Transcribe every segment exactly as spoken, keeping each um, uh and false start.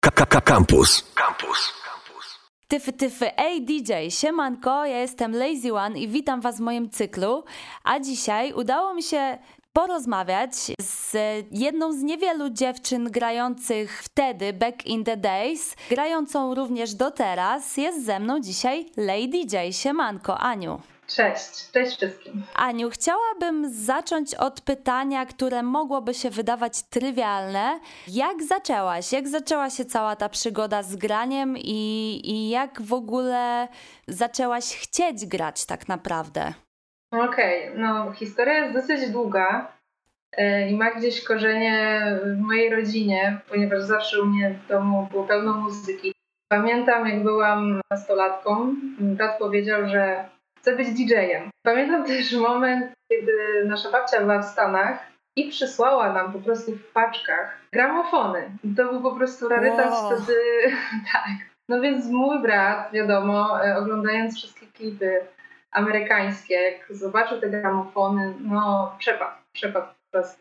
Campus. Campus. Tyfy, tyfy, ej D J, siemanko, ja jestem Lazy One i witam was w moim cyklu, a dzisiaj udało mi się porozmawiać z jedną z niewielu dziewczyn grających wtedy, back in the days, grającą również do teraz. Jest ze mną dzisiaj Lady J, siemanko, Aniu. Cześć, cześć wszystkim. Aniu, chciałabym zacząć od pytania, które mogłoby się wydawać trywialne. Jak zaczęłaś? Jak zaczęła się cała ta przygoda z graniem i, i jak w ogóle zaczęłaś chcieć grać tak naprawdę? Okej, okay, no historia jest dosyć długa i ma gdzieś korzenie w mojej rodzinie, ponieważ zawsze u mnie w domu było pełno muzyki. Pamiętam, jak byłam nastolatką, brat powiedział, że chcę być D J-em. Pamiętam też moment, kiedy nasza babcia była w Stanach i przysłała nam po prostu w paczkach gramofony. I to był po prostu rarytas wow. wtedy. Tak. No więc mój brat, wiadomo, oglądając wszystkie klipy amerykańskie, jak zobaczył te gramofony, no przepadł, przepadł po prostu.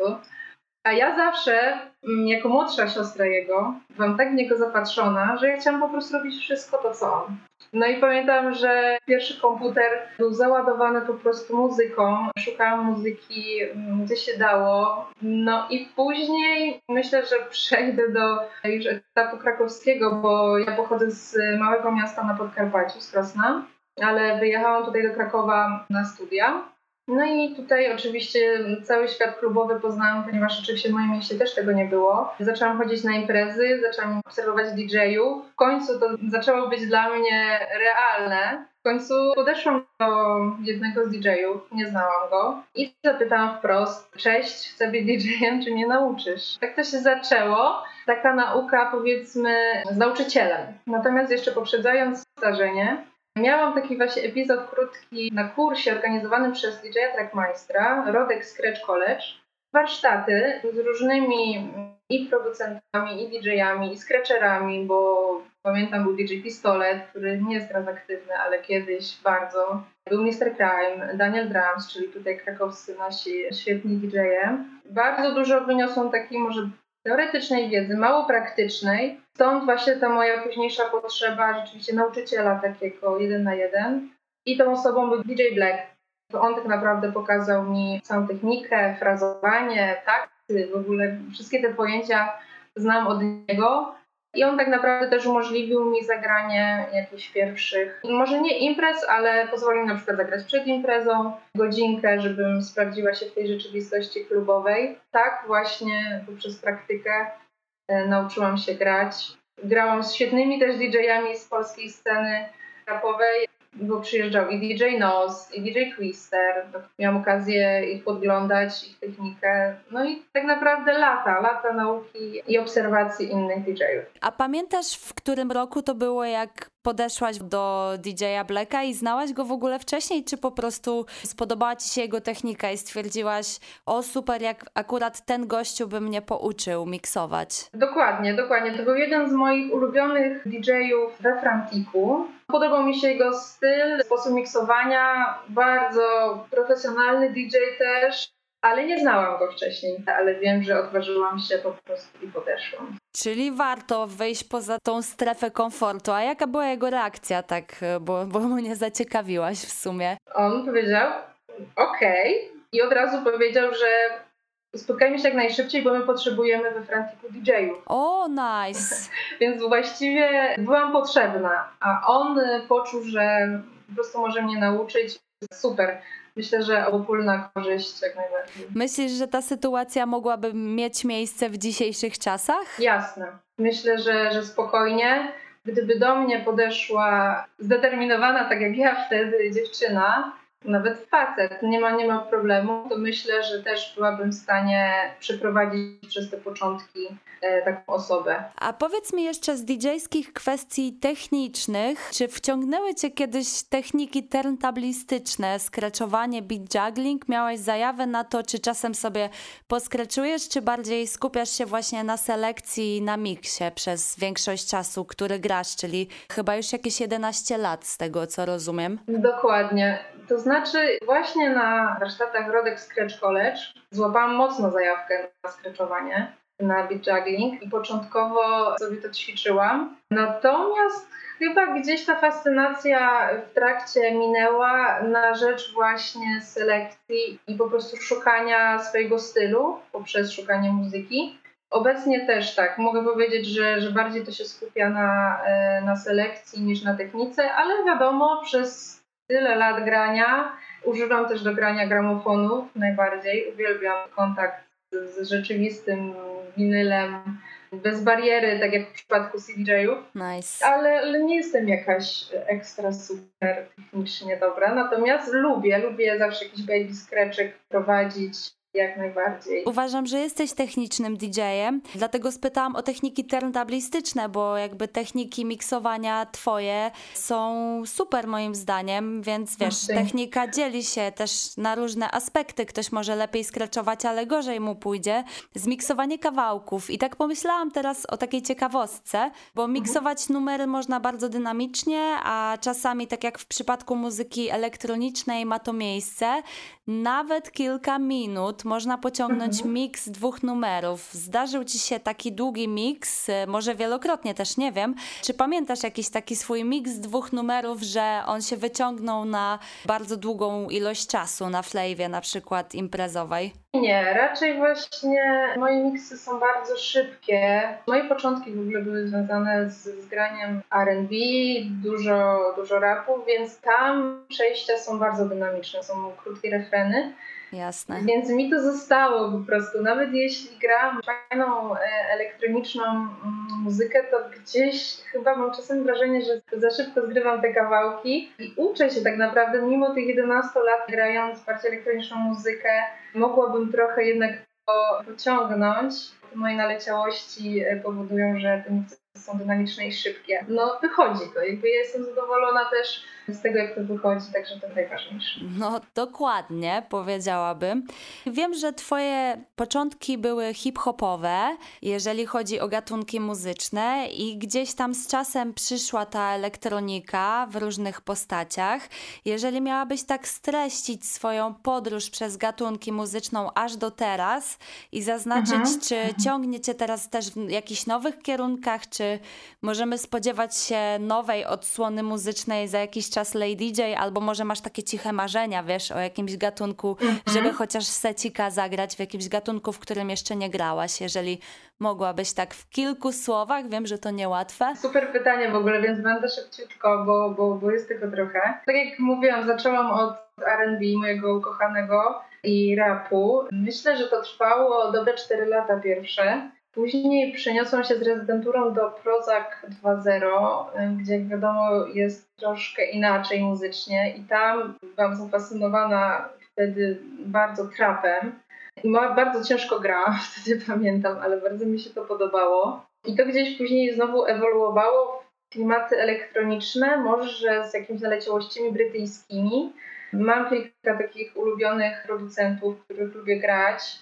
A ja zawsze, jako młodsza siostra jego, byłam tak w niego zapatrzona, że ja chciałam po prostu robić wszystko to, co on. No i pamiętam, że pierwszy komputer był załadowany po prostu muzyką. Szukałam muzyki, gdzie się dało. No i później myślę, że przejdę do już etapu krakowskiego, bo ja pochodzę z małego miasta na Podkarpaciu, z Krosna, ale wyjechałam tutaj do Krakowa na studia. No i tutaj oczywiście cały świat klubowy poznałam, ponieważ oczywiście w moim mieście też tego nie było. Zaczęłam chodzić na imprezy, zaczęłam obserwować D J-ów. W końcu to zaczęło być dla mnie realne. W końcu podeszłam do jednego z D J-ów, nie znałam go i zapytałam wprost: cześć, chcę być D J-em, czy mnie nauczysz? Tak to się zaczęło, taka nauka powiedzmy z nauczycielem. Natomiast jeszcze poprzedzając zdarzenie, miałam taki właśnie epizod krótki na kursie organizowanym przez D J-a Trackmeistera, Rodek Scratch College. Warsztaty z różnymi i producentami, i D J-ami, i scratcherami, bo pamiętam był D J Pistolet, który nie jest teraz aktywny, ale kiedyś bardzo. Był mister Crime, Daniel Drums, czyli tutaj krakowscy nasi świetni D J-e. Bardzo dużo wyniosłam takiej może teoretycznej wiedzy, mało praktycznej. Stąd właśnie ta moja późniejsza potrzeba rzeczywiście nauczyciela takiego jeden na jeden. I tą osobą był D J Black. To on tak naprawdę pokazał mi całą technikę, frazowanie, takty, w ogóle wszystkie te pojęcia znam od niego. I on tak naprawdę też umożliwił mi zagranie jakichś pierwszych, może nie imprez, ale pozwolił mi na przykład zagrać przed imprezą, godzinkę, żebym sprawdziła się w tej rzeczywistości klubowej. Tak właśnie poprzez praktykę e, nauczyłam się grać. Grałam z świetnymi też D J-ami z polskiej sceny rapowej, bo przyjeżdżał i D J Nos, i D J Twister. Miałam okazję ich podglądać, ich technikę. No i tak naprawdę lata, lata nauki i obserwacji innych D J-ów. A pamiętasz, w którym roku to było, jak podeszłaś do D J-a Blacka i znałaś go w ogóle wcześniej, czy po prostu spodobała ci się jego technika i stwierdziłaś: o super, jak akurat ten gościu by mnie pouczył miksować? Dokładnie, dokładnie. To był jeden z moich ulubionych D J-ów we Frantiku. Podobał mi się jego styl, sposób miksowania, bardzo profesjonalny D J też, ale nie znałam go wcześniej, ale wiem, że odważyłam się po prostu i podeszłam. Czyli warto wyjść poza tą strefę komfortu. A jaka była jego reakcja, tak, bo, bo mnie zaciekawiłaś w sumie? On powiedział okej okay. I od razu powiedział, że spotkajmy się jak najszybciej, bo my potrzebujemy we Frantiku D J-ów. O, nice! Więc właściwie byłam potrzebna, a on poczuł, że po prostu może mnie nauczyć. Super. Myślę, że obopólna korzyść jak najbardziej. Myślisz, że ta sytuacja mogłaby mieć miejsce w dzisiejszych czasach? Jasne. Myślę, że, że spokojnie. Gdyby do mnie podeszła zdeterminowana, tak jak ja wtedy, dziewczyna, nawet facet, nie ma, nie ma problemu, to myślę, że też byłabym w stanie przeprowadzić przez te początki e, taką osobę. A powiedz mi jeszcze z didżejskich kwestii technicznych, czy wciągnęły cię kiedyś techniki turntablistyczne, skreczowanie, beat juggling? Miałaś zajawę na to, czy czasem sobie poskreczujesz, czy bardziej skupiasz się właśnie na selekcji, na miksie przez większość czasu, który grasz, czyli chyba już jakieś jedenaście lat z tego, co rozumiem? Dokładnie. To znaczy właśnie na warsztatach Rodek Scratch College złapałam mocno zajawkę na skreczowanie. na beat juggling i początkowo sobie to ćwiczyłam. Natomiast chyba gdzieś ta fascynacja w trakcie minęła na rzecz właśnie selekcji i po prostu szukania swojego stylu poprzez szukanie muzyki. Obecnie też tak, mogę powiedzieć, że, że bardziej to się skupia na, na selekcji niż na technice, ale wiadomo, przez tyle lat grania używam też do grania gramofonów najbardziej. Uwielbiam kontakt z rzeczywistym winylem, bez bariery, tak jak w przypadku C D J-ów. Nice. Ale, ale nie jestem jakaś ekstra super technicznie dobra, natomiast lubię, lubię zawsze jakiś baby scratchek prowadzić. Jak najbardziej. Uważam, że jesteś technicznym D J-em, dlatego spytałam o techniki turntablistyczne, bo jakby techniki miksowania twoje są super moim zdaniem, więc wiesz, Okay. technika dzieli się też na różne aspekty. Ktoś może lepiej scratchować, ale gorzej mu pójdzie. Zmiksowanie kawałków. I tak pomyślałam teraz o takiej ciekawostce, bo miksować numery można bardzo dynamicznie, a czasami, tak jak w przypadku muzyki elektronicznej, ma to miejsce. Nawet kilka minut można pociągnąć mhm. miks dwóch numerów. Zdarzył ci się taki długi miks, może wielokrotnie też, nie wiem. Czy pamiętasz jakiś taki swój miks dwóch numerów, że on się wyciągnął na bardzo długą ilość czasu na flejwie na przykład imprezowej? Nie, raczej właśnie moje miksy są bardzo szybkie. Moje początki w ogóle były związane z, z graniem R and B, dużo, dużo rapu, więc tam przejścia są bardzo dynamiczne, są krótkie refreny. Jasne. Więc mi to zostało po prostu. Nawet jeśli gram fajną elektroniczną muzykę, to gdzieś chyba mam czasem wrażenie, że za szybko zgrywam te kawałki i uczę się tak naprawdę, mimo tych jedenastu lat grając bardziej elektroniczną muzykę, mogłabym trochę jednak to pociągnąć. Moje naleciałości powodują, że te miksy są dynamiczne i szybkie. No wychodzi to, jakby ja jestem zadowolona też z tego, jak to wychodzi, także to najważniejsze. No dokładnie, powiedziałabym. Wiem, że twoje początki były hip-hopowe, jeżeli chodzi o gatunki muzyczne i gdzieś tam z czasem przyszła ta elektronika w różnych postaciach. Jeżeli miałabyś tak streścić swoją podróż przez gatunki muzyczną aż do teraz i zaznaczyć, mhm. czy ciągnie cię teraz też w jakichś nowych kierunkach, czy możemy spodziewać się nowej odsłony muzycznej za jakiś czas Lady D J, albo może masz takie ciche marzenia, wiesz, o jakimś gatunku, mm-hmm. żeby chociaż secika zagrać w jakimś gatunku, w którym jeszcze nie grałaś, jeżeli mogłabyś tak w kilku słowach, wiem, że to niełatwe. Super pytanie w ogóle, więc będę szybciutko, bo, bo, bo jest tego trochę. Tak jak mówiłam, zaczęłam od R and B, mojego ukochanego, i rapu. Myślę, że to trwało dobre cztery lata pierwsze. Później przeniosłam się z rezydenturą do Prozac dwa zero, gdzie jak wiadomo jest troszkę inaczej muzycznie i tam byłam zafascynowana wtedy bardzo trapem. I bardzo ciężko grałam, wtedy pamiętam, ale bardzo mi się to podobało. I to gdzieś później znowu ewoluowało w klimaty elektroniczne, może z jakimiś naleciałościami brytyjskimi. Mam kilka takich ulubionych producentów, których lubię grać.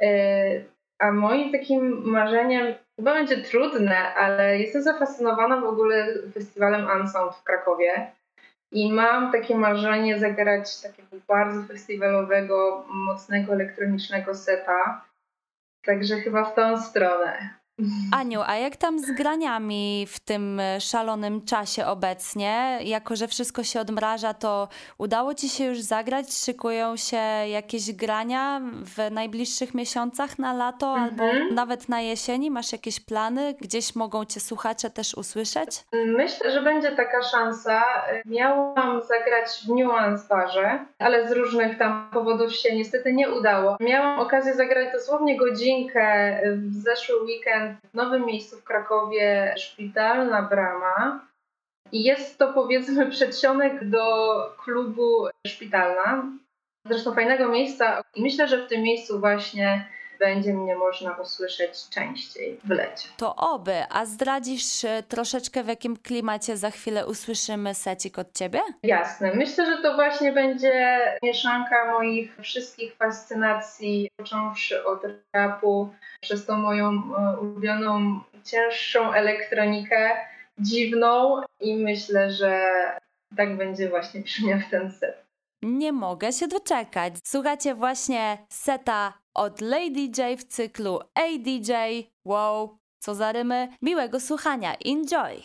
A moim takim marzeniem, chyba będzie trudne, ale jestem zafascynowana w ogóle festiwalem Unsound w Krakowie i mam takie marzenie zagrać takiego bardzo festiwalowego, mocnego elektronicznego seta. Także chyba w tą stronę. Aniu, a jak tam z graniami w tym szalonym czasie obecnie? Jako że wszystko się odmraża, to udało ci się już zagrać? Szykują się jakieś grania w najbliższych miesiącach na lato mhm. albo nawet na jesieni? Masz jakieś plany? Gdzieś mogą cię słuchacze też usłyszeć? Myślę, że będzie taka szansa. Miałam zagrać w Nuance Barze, ale z różnych tam powodów się niestety nie udało. Miałam okazję zagrać dosłownie godzinkę w zeszły weekend w nowym miejscu w Krakowie, Szpitalna Brama. I jest to, powiedzmy, przedsionek do klubu Szpitalna. Zresztą fajnego miejsca i myślę, że w tym miejscu właśnie będzie mnie można usłyszeć częściej w lecie. To oby. A zdradzisz troszeczkę, w jakim klimacie za chwilę usłyszymy secik od ciebie? Jasne. Myślę, że to właśnie będzie mieszanka moich wszystkich fascynacji, począwszy od rapu, przez tą moją ulubioną, cięższą elektronikę, dziwną i myślę, że tak będzie właśnie brzmiał ten set. Nie mogę się doczekać. Słuchacie właśnie seta od Lady J w cyklu A D J. Wow, co za rymy. Miłego słuchania. Enjoy!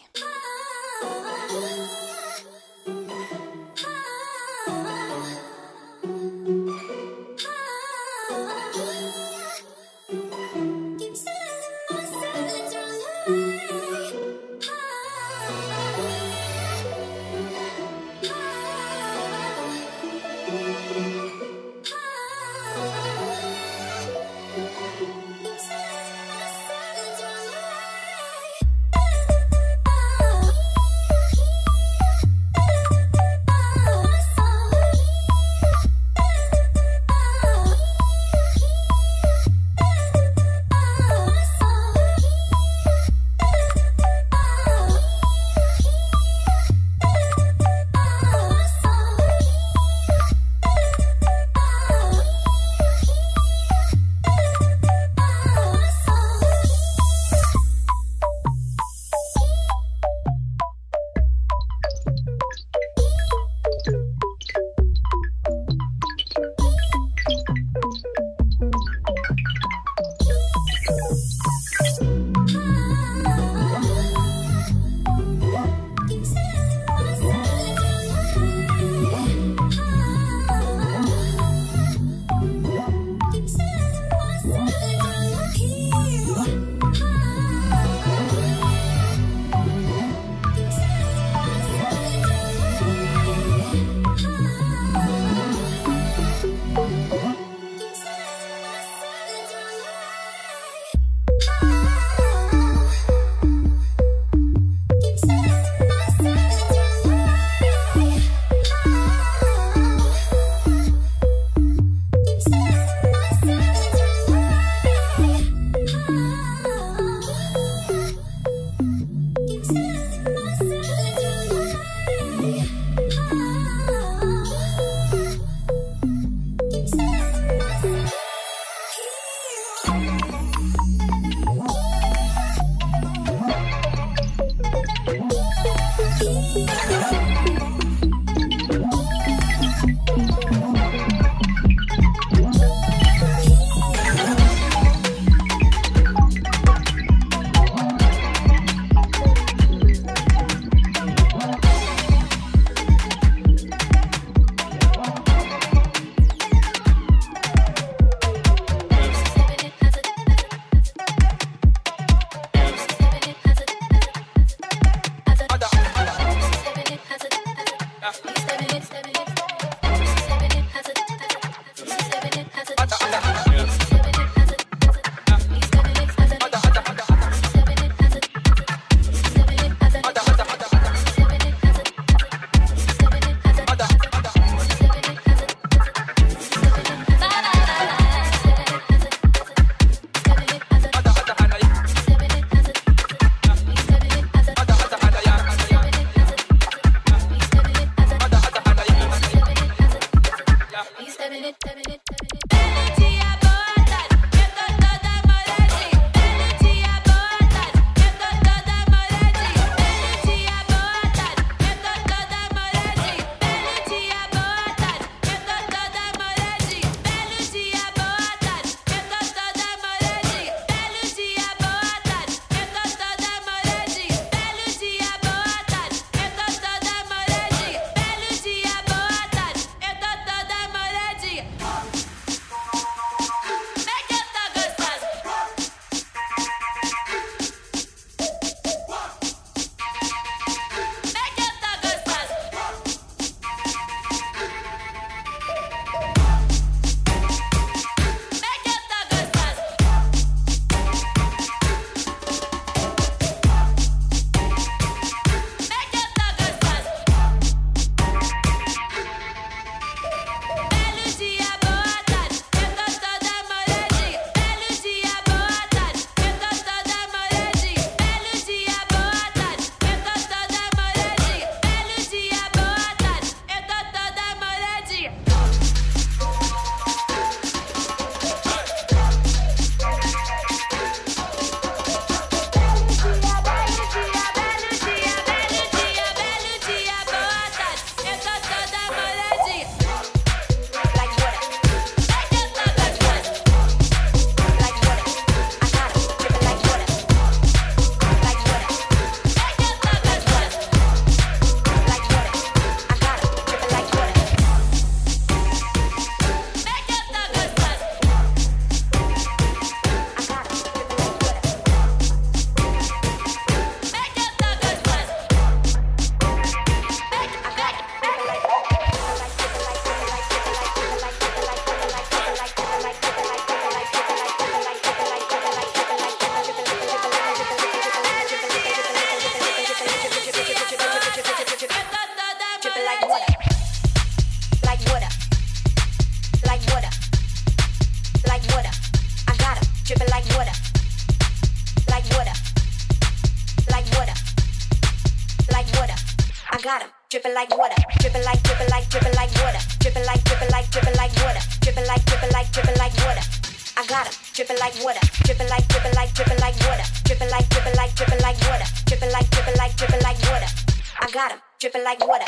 got 'em, dripping like water, dripping like, dripping like, dripping like water, dripping like, dripping like, dripping like water, dripping like, dripping like, dripping like water. I got 'em, dripping like water, dripping like, dripping like, dripping like water, dripping like, dripping like, dripping like water, dripping like, dripping like, dripping like water. I got 'em, dripping like water.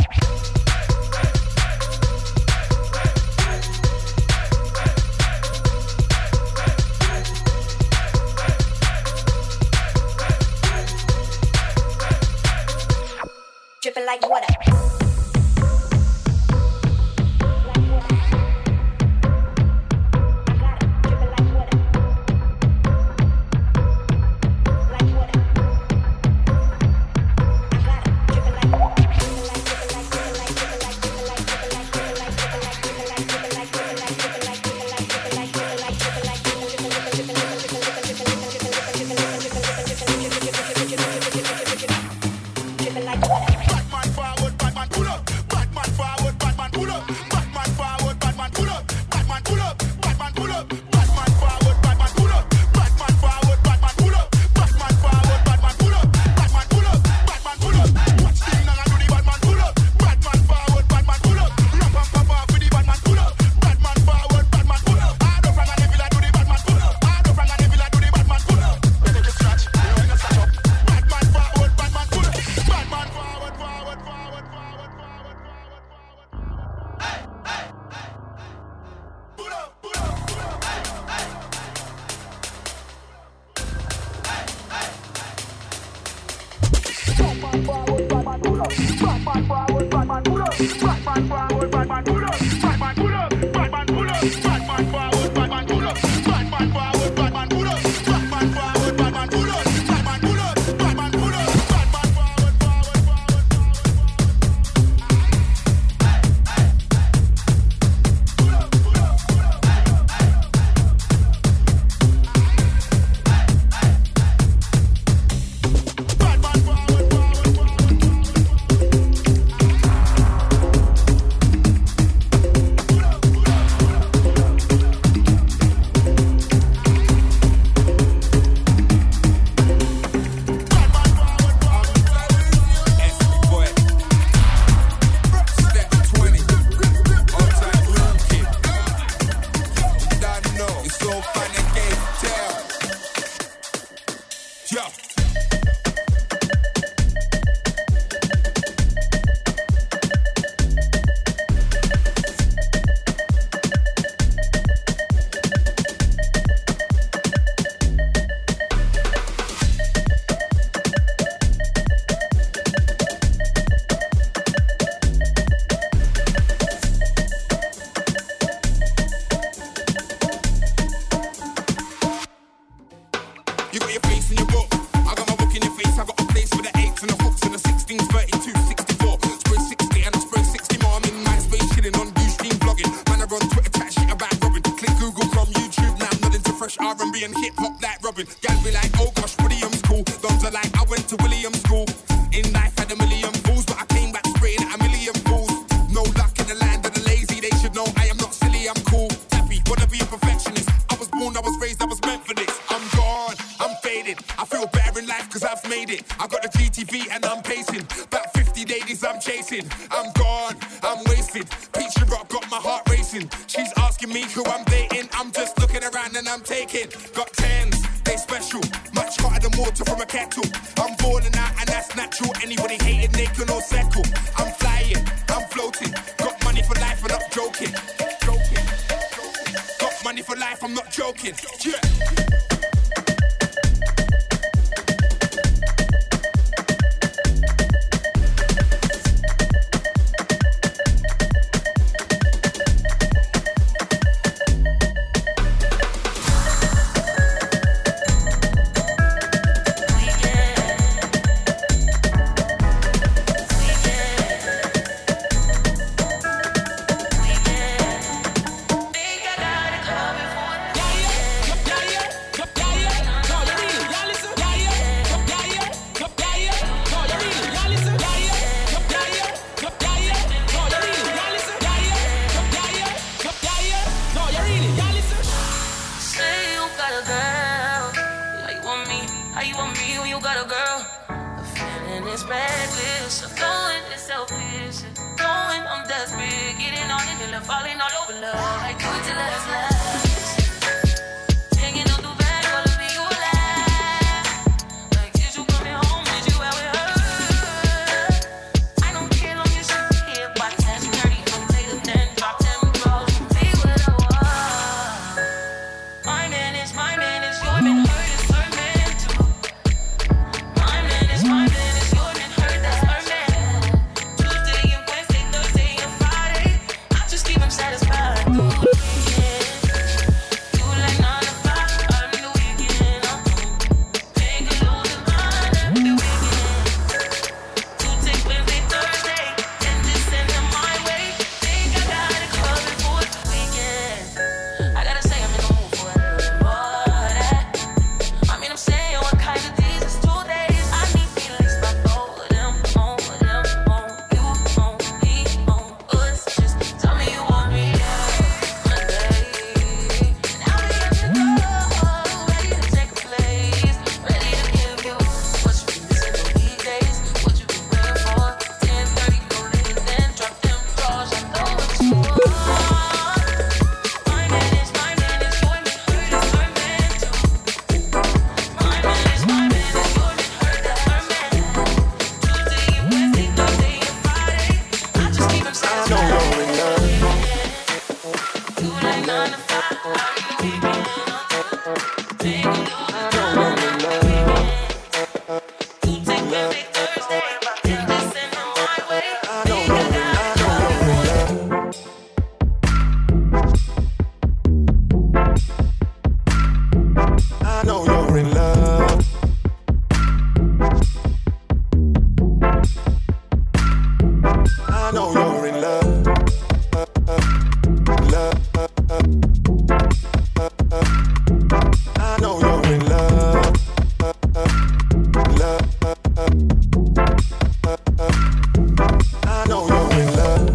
Dripping like water. Yeah, yeah, yeah. it's reckless. I'm knowing it's selfish. Knowing I'm desperate. Getting on it and falling all over love. I do it till it's last. Hanging on the back, all of me, you laugh. Like, is you coming home? Is you out with her? I don't care long as you're here. By ten thirty, I'm later than drop them draws. Be what I want. My man is my man is your man. Hurt is her man too. My man is my man is your man. Hurt that's her man. Tuesday and Wednesday, Thursday and Friday. I just keep him satisfied. Through the weekend. You like nine to five. I'm the weekend. Make it lose your mind every weekend. Tuesday, Wednesday, Thursday. Then just send him my way. Think I got it covered for the weekend. I gotta say I'm in the mood for a little more of that. I mean I'm saying what kind of these is two days. I need at least about four of them, on them, on you, on me, on us. Just tell me you want me there Monday. Now we at the door, ready to take a place, ready to give you what you been missing the weekdays, what you been waiting for. ten thirty, go later than drop them drawers. I know what you want. My man is my man is your man, hurt is her man too. My man is my man is your man, hurt that's her man. Tuesday and Wednesday, Thursday and Friday. I just keep him satisfied. You like nine to five, I'm the weekend. Make it lose your mind every weekend. Tuesday, Wednesday, Thursday, then just send him my way. Think I got it covered for you. I know you're in love. I know you're in love. Love. I know you're in love. Love. I know you're in love.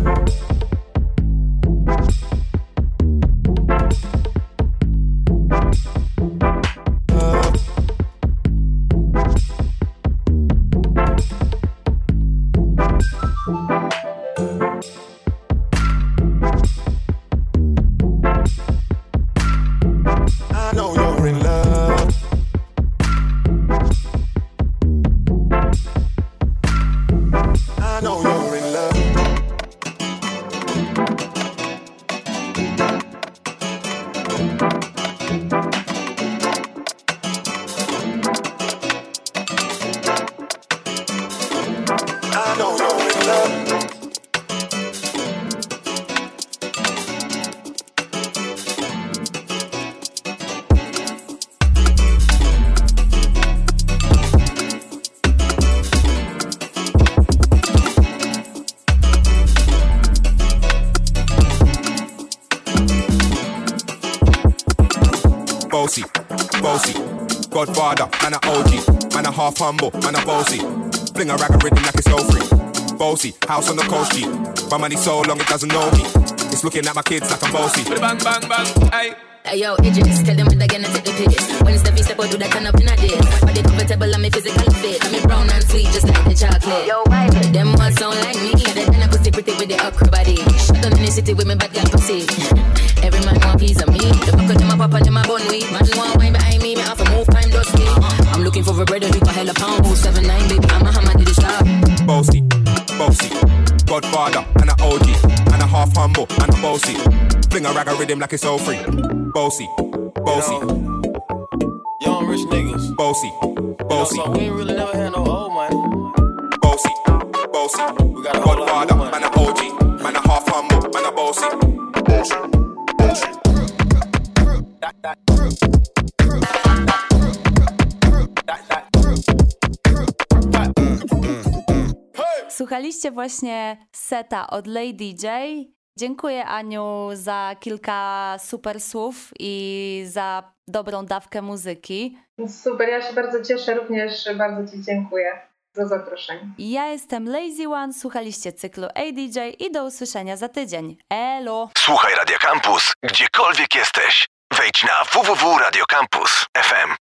I know you're in love. I know you're in love. I know you're in love. Bossy, bossy, Godfather, man a O G, man a half humble, man a bossy. Fling a rag a rhythm like it's all free. Bossy, house on the coast G. My money so long it doesn't know me. It's looking at my kids like I'm bossy. Bang bang bang, hey. Hey yo, Idris, tell them when they gonna take the piss. When it's the feast, step out to that turn up in a dish. Body comfortable, I'm a physical fit. I'm a brown and sweet, just like the chocolate. Yo, why? Them ones sound like me. They done a pussy pretty with the upper body. Shut down in the city with me bad girl pussy. Every man want piece of me. The fuck them a pop and them a bun weed. Man want wine behind me, me have to move time dusty. I'm looking for a brother who can hell a pound. seven nine baby, I'm a hammer to the start. Bossy, bossy, Godfather, and a O G, and a half humble, and a bossy. Fling a rag a rhythm like it's all free. Bossy, bossy, young rich niggas. Bossy, bossy, You know, so we ain't really never had no old money. bossy, bossy. We got a whole lot Godfather, of money. and a O G, and a half humble, and a bossy. Bossy, bossy. That, that. Słuchaliście właśnie seta od Lady J. Dziękuję Aniu za kilka super słów i za dobrą dawkę muzyki. Super, ja się bardzo cieszę, również bardzo Ci dziękuję za zaproszenie. Ja jestem Lazy One, słuchaliście cyklu A D J i do usłyszenia za tydzień. Elo! Słuchaj Radia Campus, gdziekolwiek jesteś. Wejdź na w w w kropka radio campus kropka f m.